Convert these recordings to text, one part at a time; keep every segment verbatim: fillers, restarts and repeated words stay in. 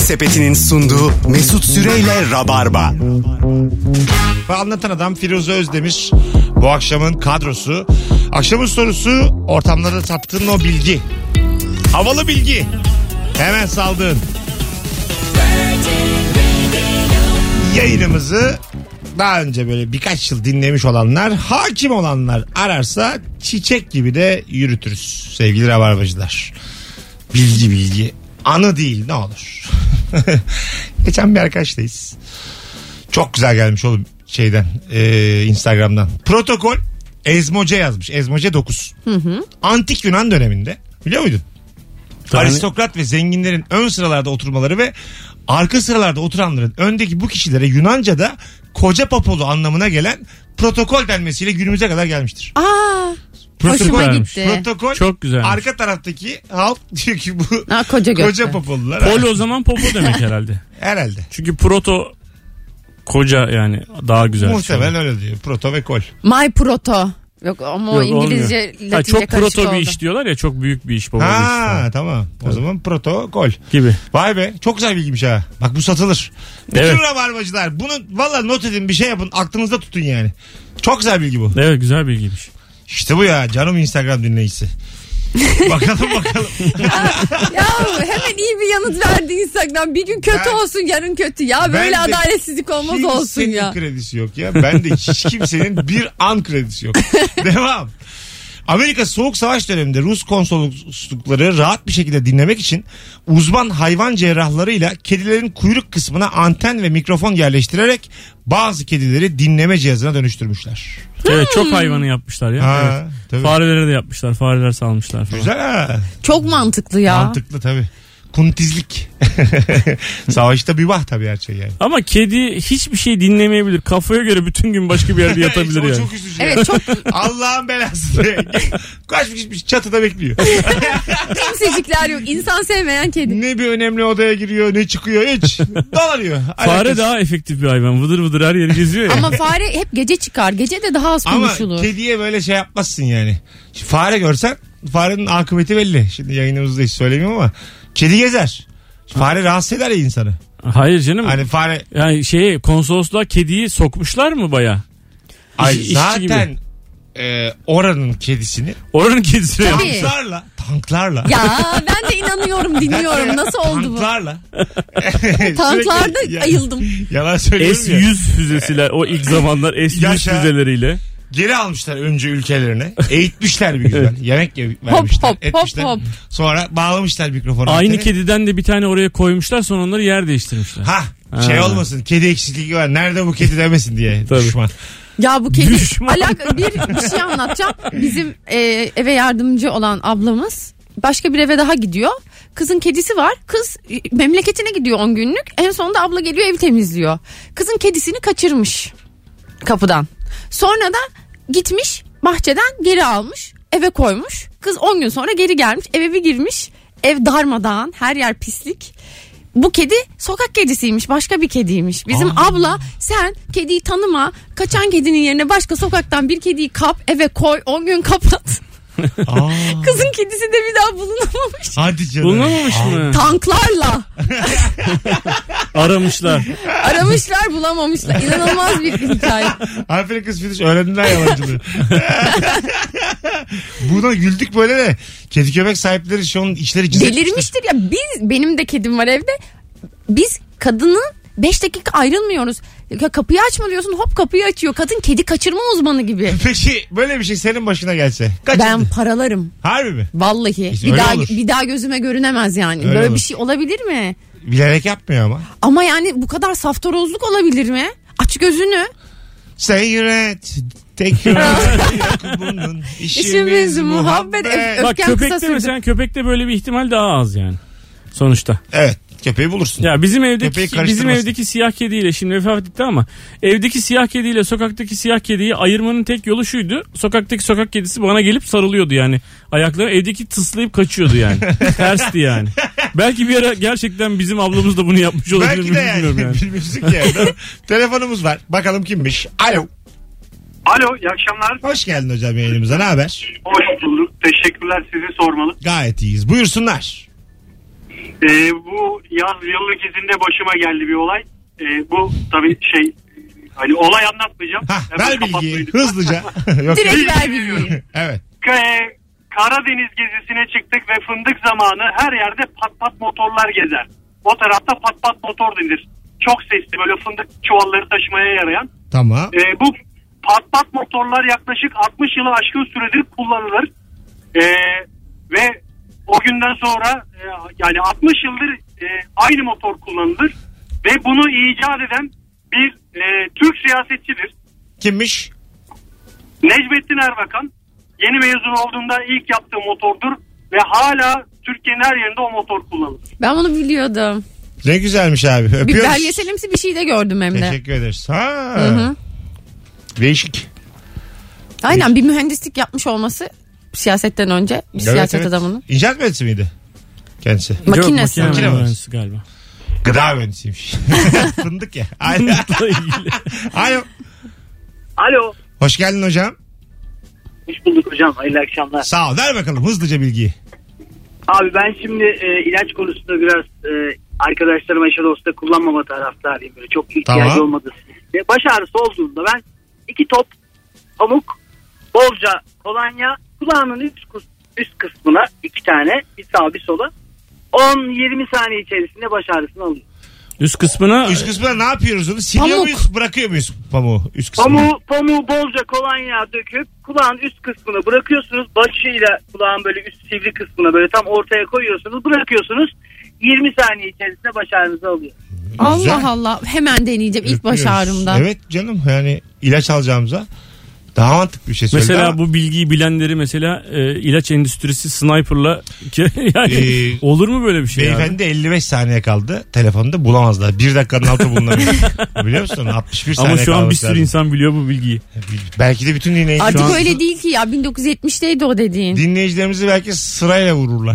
Sepeti'nin sunduğu Mesut Süreyle Rabarba. Anlatan Adam Firuze Özdemir bu akşamın kadrosu. Akşamın sorusu, ortamlarda sattığın o bilgi. Havalı bilgi. Hemen saldığın. Yayınımızı daha önce böyle birkaç yıl dinlemiş olanlar, hakim olanlar ararsa çiçek gibi de yürütürüz sevgili Rabarbacılar. Bilgi bilgi. Anı değil, ne olur. Geçen bir arkadaştayız. Çok güzel gelmiş oğlum şeyden, e, Instagram'dan. Protokol Ezmoce yazmış. Ezmoce dokuz. Hı hı. Antik Yunan döneminde, biliyor muydun? Yani... Aristokrat ve zenginlerin ön sıralarda oturmaları ve arka sıralarda oturanların öndeki bu kişilere Yunanca'da koca popolu anlamına gelen protokol denmesiyle günümüze kadar gelmiştir. Aa, protokol, hoşuma gitti. Protokol, çok güzel. Arka taraftaki halk diyor ki bu ha, koca, koca popolular. Pol o zaman popo demek herhalde. Herhalde. Çünkü proto koca, yani daha güzel. Muhtemelen öyle diyor. Proto ve kol. My proto. Yok ama o Yok, İngilizce, olmuyor. Latince ha, çok proto oldu. bir iş diyorlar ya, çok büyük bir iş. Baba ha iş tamam. O zaman protokol. Gibi. Vay be, çok güzel bilgiymiş ha. Bak bu satılır. Bütün Evet. Rabarbacılar bunu valla not edin, bir şey yapın, aklınızda tutun yani. Çok güzel bilgi bu. Evet, güzel bilgiymiş. İşte bu ya canım Instagram dinleyicisi. Bakalım bakalım. Ya hemen iyi bir yanıt verdi Instagram. Bir gün kötü Ben, olsun, yarın kötü. Ya böyle adaletsizlik olmaz olsun ya. Kimsenin kredisi yok ya. Ben de hiç kimsenin bir an kredisi yok. Devam. Amerika Soğuk Savaş döneminde Rus konsoloslukları rahat bir şekilde dinlemek için uzman hayvan cerrahlarıyla kedilerin kuyruk kısmına anten ve mikrofon yerleştirerek bazı kedileri dinleme cihazına dönüştürmüşler. Evet, çok hayvanı yapmışlar ya. Ha, evet. tabii. Fareleri de yapmışlar. Fareler salmışlar falan. Güzel ha. Çok mantıklı ya. Mantıklı tabii. Kuntizlik. Savaşta bir vah tabii her şey yani. Ama kedi hiçbir şey dinlemeyebilir. Kafaya göre bütün gün başka bir yerde yatabilir yani. Çok üzücü. Evet, çok. Allah'ın belası. Kaçmış gitmiş çatıda bekliyor. Kimsecikler yok. İnsan sevmeyen kedi. Ne bir önemli odaya giriyor, ne çıkıyor hiç. Dolanıyor. Fare Alakası. daha efektif bir hayvan. Vıdır vıdır her yeri geziyor ya. Ama fare hep gece çıkar. Gece de daha az konuşulur. Ama kediye böyle şey yapmazsın yani. Şimdi fare görsen farenin akıbeti belli. Şimdi yayınımızda hiç söylemiyorum ama kedi gezer. Fare rahatsız eder ya insanı. Hayır canım. Hani fare... Yani şey, konsolosluğa kediyi sokmuşlar mı baya? Ay zaten e, oranın kedisini oranın kedisi tanklarla tanklarla ya ben de inanıyorum, dinliyorum. Nasıl oldu bu? Tanklarla. Tanklarda ya, ayıldım. Yalan söylüyorum S ya. yüz füzesiler, o ilk zamanlar S yüz Yaşa. füzeleriyle. Geri almışlar önce ülkelerine. Eğitmişler bir güzel. Yemek vermişler. Hop, hop, etmişler. hop, hop. Sonra bağlamışlar mikrofonu. Aynı antene. kediden de bir tane oraya koymuşlar, sonra onları yer değiştirmişler. Ha, Ha. şey olmasın. Kedi eksikliği var. Nerede bu kedi demesin diye. Tabii. Düşman. Ya bu kedi Düşman. alaka bir, bir şey anlatacağım. Bizim e, eve yardımcı olan ablamız başka bir eve daha gidiyor. Kızın kedisi var. Kız e, memleketine gidiyor on günlük. En sonunda abla geliyor, evi temizliyor. Kızın kedisini kaçırmış kapıdan. Sonra da gitmiş bahçeden geri almış, eve koymuş. Kız on gün sonra geri gelmiş, eve bir girmiş. Ev darmadağın, her yer pislik. Bu kedi sokak kedisiymiş, başka bir kediymiş. Bizim Aa. abla, sen kediyi tanıma, kaçan kedinin yerine başka sokaktan bir kediyi kap, eve koy, on gün kapat. Aa. Kızın kedisi de bir daha bulunamamış. Hadi canım. Bulunamamış mı? Tanklarla Aramışlar. aramışlar, bulamamışlar. İnanılmaz bir hikaye. Aferin kız Fidiş, öğrendiler yalancılığı. Buna güldük böyle de. Kedi köpek sahipleri şu an içleri cız etmiştir. Delirmiştir ya. Biz, benim de kedim var evde. Biz kadının beş dakika ayrılmıyoruz. Ya kapıyı açma diyorsun, hop kapıyı açıyor. Kadın kedi kaçırma uzmanı gibi. Peki böyle bir şey senin başına gelse kaçırdın? Ben paralarım. Harbi mi? Vallahi. İşte bir öyle daha olur. bir daha gözüme görünemez yani. Öyle Böyle olur. bir şey olabilir mi? Bilerek yapmıyor ama. Ama yani bu kadar saftorozluk olabilir mi? Aç gözünü. Seyret. Tekrar bunun işimiz, İşimiz muhabbet. muhabbet. Ö- Bak Öfkem kısa köpekte sürdü. mesela, köpekte böyle bir ihtimal daha az yani. Sonuçta. Evet. Köpeği bulursun. Ya bizim Köpeği evdeki bizim karıştırmasın. evdeki siyah kediyle, şimdi vefat etti ama evdeki siyah kediyle sokaktaki siyah kediyi ayırmanın tek yolu şuydu. Sokaktaki sokak kedisi bana gelip sarılıyordu yani. Ayakları, evdeki tıslayıp kaçıyordu yani. Tersti yani. Belki bir ara gerçekten bizim ablamız da bunu yapmış olabilir. Belki de yani. Bilmiyorum yani. Bilmiyorsun ki yani. Telefonumuz var. Bakalım kimmiş. Alo. Alo, iyi akşamlar. Hoş geldin hocam yayınımıza. Ne haber? Hoş bulduk. Teşekkürler, sizi sormalı. Gayet iyiyiz. Buyursunlar. Ee, bu yaz yıllık izinde başıma geldi bir olay. Ee, bu tabii şey hani olay anlatmayacağım. Hah, Hemen ver bilgiyi kapatmayı hızlıca. Yok, Direkt ver bilgiyi. evet. Ee, Karadeniz gezisine çıktık ve fındık zamanı her yerde pat pat motorlar gezer. O tarafta pat pat motor denir. Çok sesli böyle fındık çuvalları taşımaya yarayan. Tamam. Ee, bu pat pat motorlar yaklaşık altmış yılı aşkın süredir kullanılır. Ee, ve o günden sonra e, yani altmış yıldır e, aynı motor kullanılır. Ve bunu icat eden bir e, Türk siyasetçidir. Kimmiş? Necmettin Erbakan. Yeni mezun olduğunda ilk yaptığı motordur. Ve hala Türkiye'nin her yerinde o motor kullanılır. Ben bunu biliyordum. Ne güzelmiş abi. Öpüyoruz. Bir belgeselimsi bir şey de gördüm hem de. Teşekkür ederiz. Ha. Hı hı. Değişik. Aynen, bir mühendislik yapmış olması siyasetten önce bir siyaset evet. adamının. İnşaat mühendisi miydi kendisi? Makinesi. Yok, makine Makine mühendisi galiba. Gıda mühendisiymiş. Fındık ya. Alo. Alo. Alo. Hoş geldin hocam. Hoş bulduk hocam. Hayırlı akşamlar. Sağ ol. Ver bakalım hızlıca bilgiyi. Abi ben şimdi e, ilaç konusunda biraz e, arkadaşlarıma eşe dosta kullanmama taraftarıyım. Böyle çok ihtiyacı Tamam. olmadığı sürece. Baş ağrısı olduğunda ben iki top pamuk, bolca kolonya, kulağımın üst, üst kısmına iki tane, bir sağa bir sola, on yirmi saniye içerisinde baş ağrısını alıyor. Üst kısmına Üst kısmına ne yapıyoruz onu? Siliyor Pamuk. muyuz? Bırakıyor muyuz pamuğu üst kısmına? Pamuğu, pamuğu bolca kolonya döküp kulağın üst kısmını bırakıyorsunuz. Başıyla kulağın böyle üst sivri kısmına böyle tam ortaya koyuyorsunuz. Bırakıyorsunuz. yirmi saniye içerisinde baş ağrınızı alıyor. Allah Güzel. Allah, hemen deneyeceğim ilk baş Öpüyoruz. ağrımda. Evet canım, yani ilaç alacağımıza daha mantıklı bir şey söyledi. mesela ama bu bilgiyi bilenleri mesela e, ilaç endüstrisi sniper'la yani Ee, olur mu böyle bir şey beyefendi elli beş saniye kaldı telefonda, bulamazlar. Bir dakikanın altı bulunamıyor. Biliyor musun? altmış bir abi? saniye Ama şu an bir kalması sürü lazım. insan biliyor bu bilgiyi. Belki de bütün dinleyiciler. Artık an- öyle değil ki ya, bin dokuz yüz yetmişteydi o dediğin. Dinleyicilerimizi belki sırayla vururlar.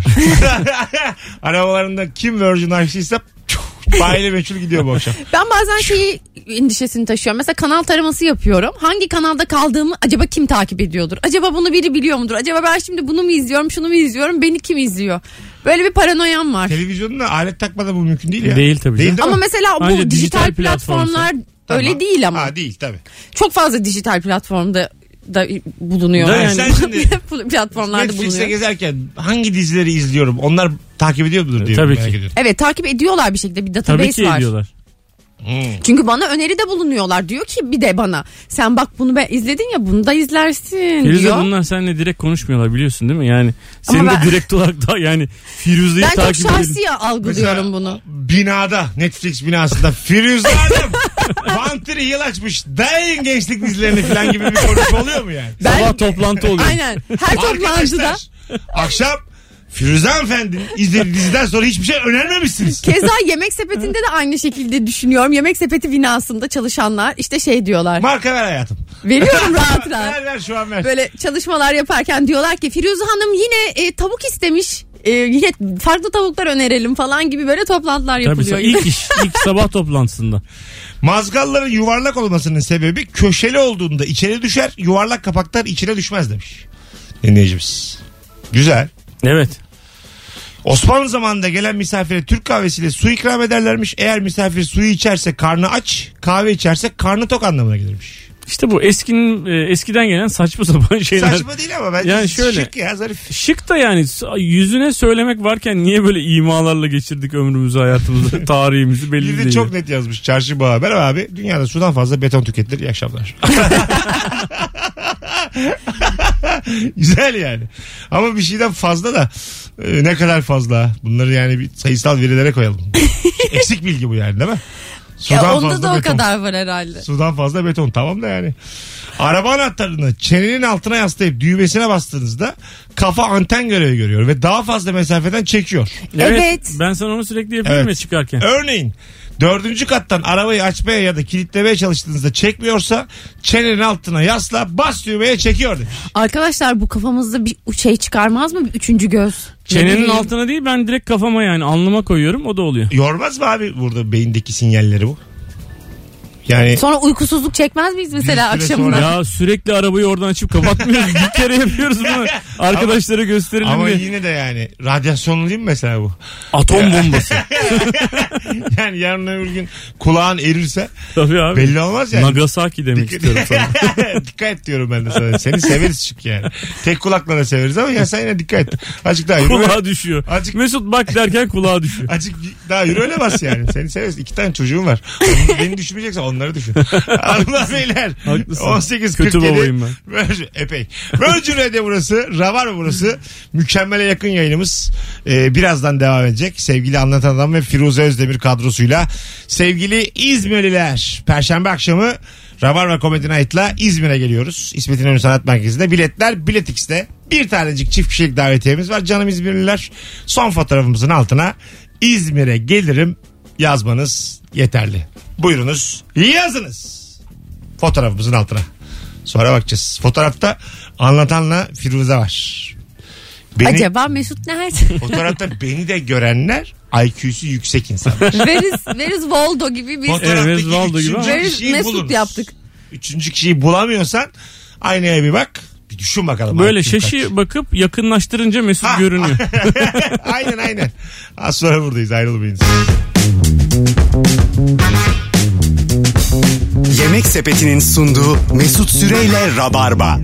Arabalarında kim Virgin açtıysa bayile meçhul gidiyor bu akşam. Ben bazen şeyi endişesini taşıyorum. Mesela kanal taraması yapıyorum. Hangi kanalda kaldığımı acaba kim takip ediyordur? Acaba bunu biri biliyor mudur? Acaba ben şimdi bunu mu izliyorum, şunu mu izliyorum? Beni kim izliyor? Böyle bir paranoyam var. Televizyonda alet takmadan bu mümkün değil ya. Değil tabii canım. değil Ama mi? mesela bu Ancak dijital, dijital platformlar Tamam. öyle değil ama. Ha, değil tabii. Çok fazla dijital platformda da bulunuyor. Da Yani. sen şimdi platformlarda Netflix'te bulunuyor. gezerken hangi dizileri izliyorum? Onlar takip ediyor mudur diye Tabii merak ki. ediyorum. Evet, takip ediyorlar bir şekilde, bir Tabii database ki var. ediyorlar. Hmm. Çünkü bana öneride bulunuyorlar. Diyor ki bir de bana, sen bak bunu ben izledin ya, bunu da izlersin Firuze diyor. bunlar seninle direkt konuşmuyorlar biliyorsun değil mi? Yani senin Ama de ben- direkt olarak da yani Firuze'yi Ben çok takip edelim. şahsi algılıyorum bunu. Binada, Netflix binasında Firuze Hanım Vampir yıl açmış. Dayın gençlik dizilerini falan gibi bir konuşma oluyor mu yani? Ben- Sabah toplantı oluyor. Aynen. Her toplantıda Arkadaşlar, akşam Firuze Hanımefendi izlediği diziden sonra hiçbir şey önermemişsiniz. keza Yemek Sepeti'nde de aynı şekilde düşünüyorum. Yemek Sepeti binasında çalışanlar işte şey diyorlar. Marka ver hayatım. Veriyorum rahat rahat. Ver ver şu an ver. Böyle çalışmalar yaparken diyorlar ki Firuze Hanım yine e, tavuk istemiş. E, yine farklı tavuklar önerelim falan gibi böyle toplantılar Tabii yapılıyor. ilk iş, ilk sabah toplantısında. Mazgalların yuvarlak olmasının sebebi köşeli olduğunda içeri düşer, yuvarlak kapaklar içine düşmez demiş dinleyicimiz. Güzel. Evet. Osmanlı zamanında gelen misafire Türk kahvesiyle su ikram ederlermiş. Eğer misafir suyu içerse karnı aç, kahve içerse karnı tok anlamına gelirmiş. İşte bu eskinin e, eskiden gelen saçma sapan şeyler. Saçma değil ama bence Yani şöyle- şık ya, zarif. Şık da yani yüzüne söylemek varken niye böyle imalarla geçirdik ömrümüzü, hayatımızı, tarihimizi belli Bir de değil. çok net yazmış Çarşı Bu Haber abi. Dünyada sudan fazla beton tüketilir. İyi akşamlar. Güzel yani. Ama bir şeyden fazla da e, ne kadar fazla? Bunları yani bir sayısal verilere koyalım. Eksik bilgi bu yani değil mi? Sudan Ya onda fazla da o beton. kadar var herhalde. Sudan fazla beton, tamam da yani. Araba anahtarını çenenin altına yaslayıp düğmesine bastığınızda kafa anten görevi görüyor ve daha fazla mesafeden çekiyor. Evet, Evet. Ben sana onu sürekli yapıyorum Evet. ya çıkarken. Örneğin dördüncü kattan arabayı açmaya ya da kilitlemeye çalıştığınızda çekmiyorsa çenenin altına yasla, bas düğmeye, çekiyor demiş. Arkadaşlar bu kafamızda bir şey çıkarmaz mı? Bir üçüncü göz. Ne Çenenin bileyim. altına değil, ben direkt kafama yani alnıma koyuyorum, o da oluyor. Yormaz mı abi burada beyindeki sinyalleri bu? Yani Sonra uykusuzluk çekmez miyiz mesela Bir süre akşamında? sonra- Ya sürekli arabayı oradan açıp kapatmıyoruz. Bir kere yapıyoruz bunu. Arkadaşlara gösterelim ama diye. yine de yani radyasyonlu değil mi mesela bu? Atom bombası. Yani yarın öbür gün kulağın erirse Tabii abi. belli olmaz yani. Nagasaki demek istiyorum sana. Dikkat et diyorum ben de sana. Seni severiz çünkü yani. Tek kulakla da severiz ama ya sen yine dikkat et. Azıcık daha yürü. Kulağa düşüyor. Azıcık- Mesut bak derken kulağa düşüyor. Azıcık daha yürü öyle bas yani. Seni severiz. İki tane çocuğum var. Onu- Beni düşmeyeceksen onları düşün. Hanımlar beyler. Haklısın. on sekiz Kötü kırk yedi. babayım ben. Virgin- Epey. Virgin Radio burası. Rabar burası. Mükemmele yakın yayınımız. Ee, birazdan devam edecek. Sevgili Anlatan Adam ve Firuze Özdemir kadrosuyla. Sevgili İzmirliler. Perşembe akşamı Rabarba Comedy Night'la İzmir'e geliyoruz. İsmet İnönü Sanat Merkezi'nde. Biletler Bilet X'te. Bir tanecik çift kişilik davetiyemiz var. Canım İzmirliler. Son fotoğrafımızın altına İzmir'e gelirim yazmanız yeterli. Buyurunuz yazınız. Fotoğrafımızın altına. Sonra bakacağız. Fotoğrafta Anlatan'la Firuze var. Beni, Acaba Mesut nerede? fotoğrafta beni de görenler I Q'su yüksek insanlar. Veriz, veriz Voldo gibi bir Fotoğraftaki Evet, Valdo gibi üçüncü ama. Veriz kişiyi Mesut bulunuz. yaptık. Üçüncü kişiyi bulamıyorsan aynaya bir bak. Bir düşün bakalım. Böyle I Q'un şaşı kaç. bakıp yakınlaştırınca Mesut Ha. görünüyor. Aynen aynen. Az sonra buradayız, ayrılmayın. Yemek Sepeti'nin sunduğu Mesut Süreyle Rabarba.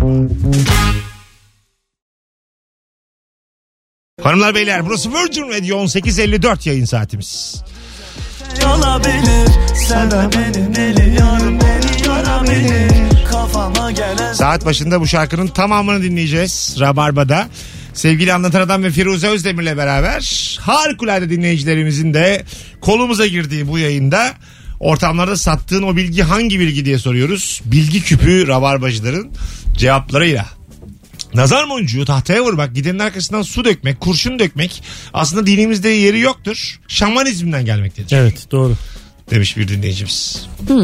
Hanımlar beyler burası Virgin Radio on sekiz elli dört yayın saatimiz. Olabilir. Sen de benim deli yarım beni yorabilir. Kafama gelen Saat başında bu şarkının tamamını dinleyeceğiz Rabarba'da. Sevgili Anlatan Adam ve Firuze Özdemir'le beraber harikulade dinleyicilerimizin de kolumuza girdiği bu yayında ortamlarda sattığın o bilgi hangi bilgi diye soruyoruz. Bilgi küpü Rabarbacıların cevaplarıyla. Nazar boncuğu tahtaya vurmak, gidenin arkasından su dökmek, kurşun dökmek aslında dinimizde yeri yoktur. Şamanizmden gelmektedir. Evet doğru. Demiş bir dinleyicimiz.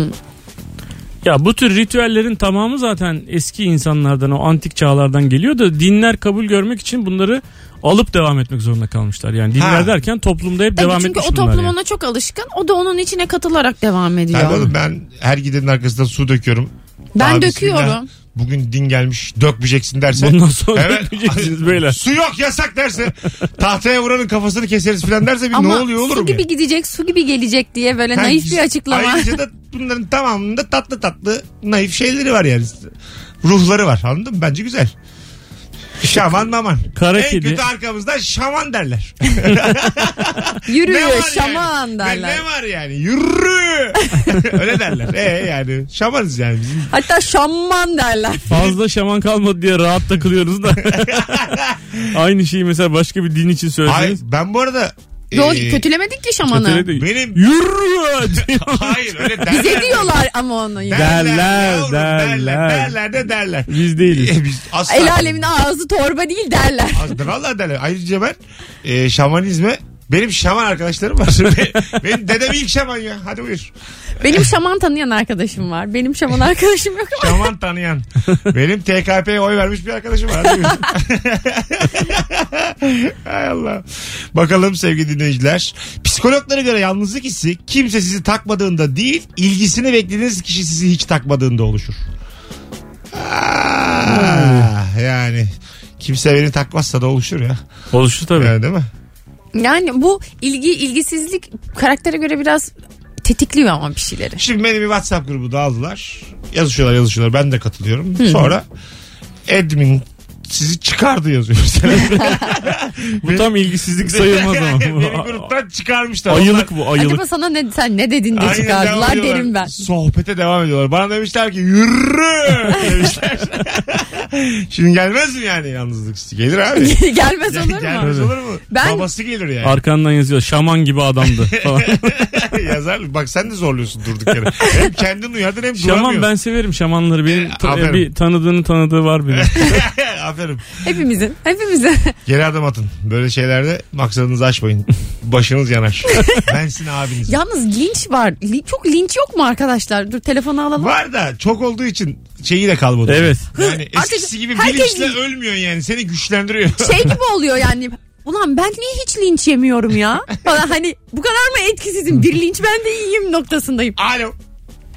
Ya bu tür ritüellerin tamamı zaten eski insanlardan, o antik çağlardan geliyor da dinler kabul görmek için bunları alıp devam etmek zorunda kalmışlar. Yani dinler Ha. derken toplumda hep Tabii devam çünkü etmiş o bunlar toplum yani. ona çok alışkın. O da onun içine katılarak devam ediyor. Yani oğlum ben her gidenin arkasından su döküyorum. Ben Abi döküyorum. bismillah, bugün din gelmiş dökmeyeceksin derse. Bundan sonra Evet. dökmeyeceksiniz beyler. Su yok yasak derse. Tahtaya vuranın kafasını keseriz falan derse bir Ama ne oluyor su olurum gibi ya. gidecek, su gibi gelecek diye böyle Ha, naif bir açıklama. Ayrıca da bunların tamamında tatlı tatlı naif şeyleri var yani. Ruhları var, anladın mı? Bence güzel. Şaman maman. Kara en kedi. kötü arkamızda şaman derler. Yürüyor Ne var şaman yani? derler. Ne var yani? Yürü. Öyle derler. E yani şamanız yani bizim. Hatta şamman derler. Fazla şaman kalmadı diye rahat takılıyoruz da. Aynı şeyi mesela başka bir din için Hayır, söyleseniz. ben bu arada Yok e, kötülemedik ki şamanı. Kötüle de- benim Yürü diyor. hayır öyle derler. Bize diyorlar ama onu. Derler, yavrum, derler. derler de derler. Biz değiliz. E, Biz asla. El alemin ağzı torba değil derler. Az- Vallahi derler. Ayrıca ben e, şamanizme benim şaman arkadaşlarım var. Benim dedem ilk şaman ya. Hadi buyur. Benim şaman tanıyan arkadaşım var. Benim şaman arkadaşım yok ama. Şaman tanıyan. Benim T K P'ye oy vermiş bir arkadaşım var. Hadi buyur. Hay Allah. Bakalım sevgili dinleyiciler. Psikologlara göre yalnızlık hissi kimse sizi takmadığında değil, ilgisini beklediğiniz kişi sizi hiç takmadığında oluşur. Aa, yani kimse beni takmazsa da oluşur ya. Oluştu tabii. Yani değil mi? Yani bu ilgi ilgisizlik karaktere göre biraz tetikliyor ama bir şeyleri. Şimdi beni bir WhatsApp grubu da aldılar. Yazışıyorlar yazışıyorlar. Ben de katılıyorum. Sonra admin sizi çıkardı yazıyor. Bu tam ilgisizlik sayılmaz ama. Beni gruptan çıkarmışlar. Ayılık bu ayılık. Acaba sana ne sen ne dedin de Aynen çıkardılar devam ediyorlar. derim ben. Sohbete devam ediyorlar. Bana demişler ki yürü demişler. Şimdi gelmez mi yani yalnızlık hissi? Gelir abi. Gelmez olur mu? Gelmez olur mu? Ben- Babası gelir yani. Arkandan yazıyor. Şaman gibi adamdı falan. Yazar. Bak sen de zorluyorsun durduk yere. Hem kendin uyardın hem Şaman duramıyorsun. ben severim şamanları. Benim ta- Aferin. bir tanıdığını tanıdığı var benim. Aferin. Hepimizin. Hepimizin. Geri adım atın. Böyle şeylerde maksadınızı aşmayın. Başınız yanar. Ben sizin abiniz. Yalnız linç var. Li- çok linç yok mu arkadaşlar? Dur telefonu alalım. Var da çok olduğu için şeyi de kalmadı. Evet. Yani Artık eskisi gibi herkes- bilinçle ölmüyorsun yani. Seni güçlendiriyor. Şey gibi oluyor yani. Ulan ben niye hiç linç yemiyorum ya? Falan hani bu kadar mı etkisizim? Bir linç ben de iyiyim noktasındayım. Alo.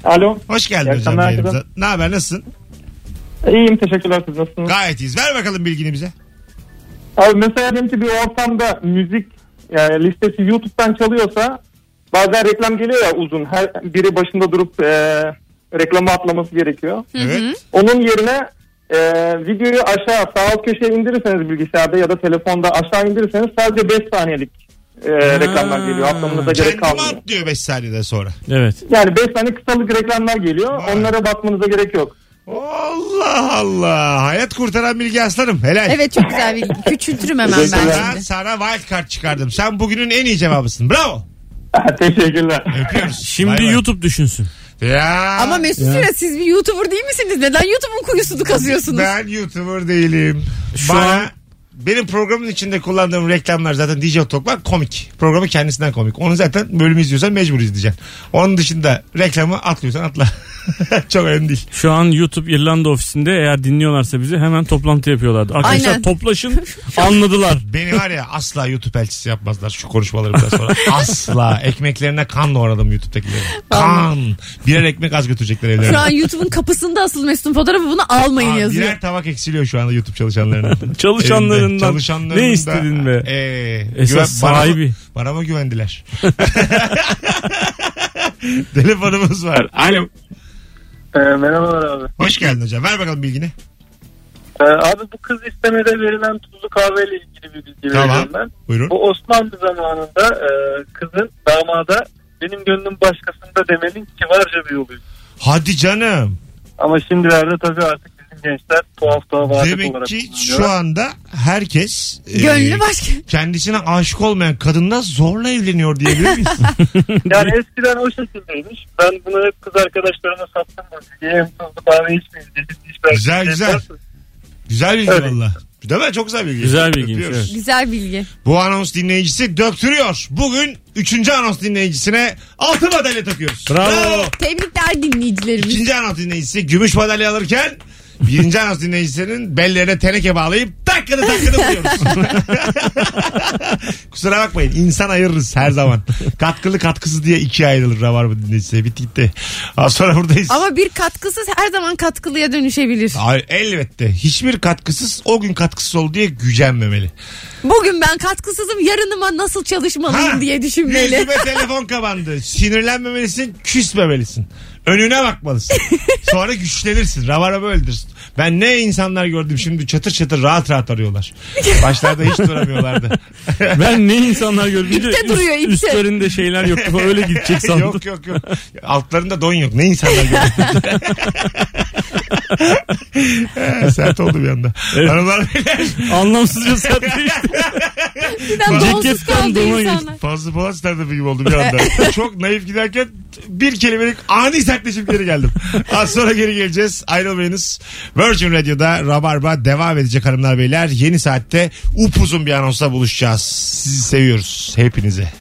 Alo. Hoş geldin İyi hocam akşamlar yayınımıza. herkese. Ne haber, nasılsın? İyiyim, teşekkürler, siz nasılsınız? Gayet iyiyiz. Ver bakalım bilgini bize. Abi mesela diyelim ki bir ortamda müzik yani listesi YouTube'dan çalıyorsa bazen reklam geliyor ya uzun. Her biri başında durup e, reklamı atlaması gerekiyor. Evet. Onun yerine e, videoyu aşağı sağ alt köşeye indirirseniz bilgisayarda ya da telefonda aşağı indirirseniz sadece beş saniyelik e, reklamlar geliyor. Atlamanıza gerek Kendimi kalmıyor. atlıyor beş saniyeden sonra. Evet. Yani beş saniye kısalık reklamlar geliyor. Vay. Onlara bakmanıza gerek yok. Allah Allah. Hayat kurtaran bilgi aslanım. Helal. Evet, çok güzel bilgi. Küçültürüm hemen ben Sana, şimdi. sana wild card çıkardım. Sen bugünün en iyi cevabısın. Bravo. Teşekkürler. Öpüyoruz. Şimdi Bay bay. YouTube düşünsün. Ya. Ama Mesut Süre, siz bir YouTuber değil misiniz? Neden YouTube'un kuyusunu kazıyorsunuz? Ben YouTuber değilim. Şu Bana an- benim programın içinde kullandığım reklamlar zaten D J Talk'lar komik. Programı kendisinden komik. Onu zaten bölümü izliyorsan mecbur izleyeceksin. Onun dışında reklamı atlıyorsan atla. Çok önemli değil. Şu an YouTube İrlanda ofisinde eğer dinliyorlarsa bizi hemen toplantı yapıyorlardı. Arkadaşlar Aynen. toplaşın, anladılar. Beni var ya asla YouTube elçisi yapmazlar şu konuşmalarımdan sonra. Asla. Ekmeklerine kan doğradım YouTube'dakileri. Kan. Birer ekmek az götürecekler evlerine. Şu an YouTube'un kapısında asıl Mesut'un fotoğrafı, bunu almayın Aa, yazıyor. birer tabak eksiliyor şu anda YouTube çalışanlarının. Çalışanlarından. Evinde, çalışanlarından. Ne istedin be? Ee, Esas bana mı- sahibi. Bana mı güvendiler? Telefonumuz var. Alo. Ee, merhabalar abi. Hoş geldin hocam. Ver bakalım bilgini. Ee, abi bu kız istemede verilen tuzlu kahveyle ilgili bir bilgi Tamam. vereceğim ben. Buyurun. Bu Osmanlı zamanında e, kızın damada benim gönlüm başkasında demenin kibarca bir yoluydu. Hadi canım. Ama şimdilerde tabii artık bizim gençler tuhaf tuhaf adet Demek olarak ki kullanıyorlar. şu anda herkes Gönlü e, başka. kendisine aşık olmayan kadınla zorla evleniyor diyebilir miyiz? Yani eskiden o şekildeymiş. Ben bunu hep kız arkadaşlarıma sattım. Diye hem tuzlu kahve içmeyiz. Güzel, güzel. Güzel bilgi Evet. valla. Değil mi? Çok güzel bilgi. Güzel bilgiymiş, Öpüyoruz. evet. Güzel bilgi. Bu anons dinleyicisi döktürüyor. Bugün üçüncü anons dinleyicisine altın madalya takıyoruz. Bravo. Tebrikler dinleyicilerimiz. İkinci anons dinleyicisi gümüş madalya alırken birinci anons dinleyicisinin bellerine teneke bağlayıp takkını takkını buluyoruz. Kusura bakmayın, insan ayırırız her zaman. Katkılı katkısız diye ikiye ayrılır Rabarba dinleyicisi. Bitti gitti. Az sonra buradayız. Ama bir katkısız her zaman katkılıya dönüşebilir. Hayır, elbette. Hiçbir katkısız o gün katkısız ol diye gücenmemeli. Bugün ben katkısızım, yarınıma nasıl çalışmalıyım Ha, diye düşünmeli. Yüzüme telefon kapandı. Sinirlenmemelisin, küsmemelisin. Önüne bakmalısın. Sonra güçlenirsin. Rabarba böyledir. Ben ne insanlar gördüm şimdi çatır çatır rahat rahat arıyorlar. Başlarda hiç duramıyorlardı. Ben ne insanlar gördüm. İpte duruyor, ipte. Üstlerinde şeyler yoktu. Öyle gidecek sandım. yok yok yok. Altlarında don yok. Ne insanlar gördüm. Sert oldu bir anda. Evet. Hanımlar beyler. Anlamsızca sertleşti. Birden donsuz Ceketten kaldı dona insanlar. Fazla Polat startupu gibi oldu bir anda. Çok naif giderken bir kelimelik ani sertleşip geri geldim. Az sonra geri geleceğiz. Ayrılmayınız. Virgin Radio'da Rabarba devam edecek hanımlar beyler. Yeni saatte upuzun bir anonsla buluşacağız. Sizi seviyoruz. Hepinizi.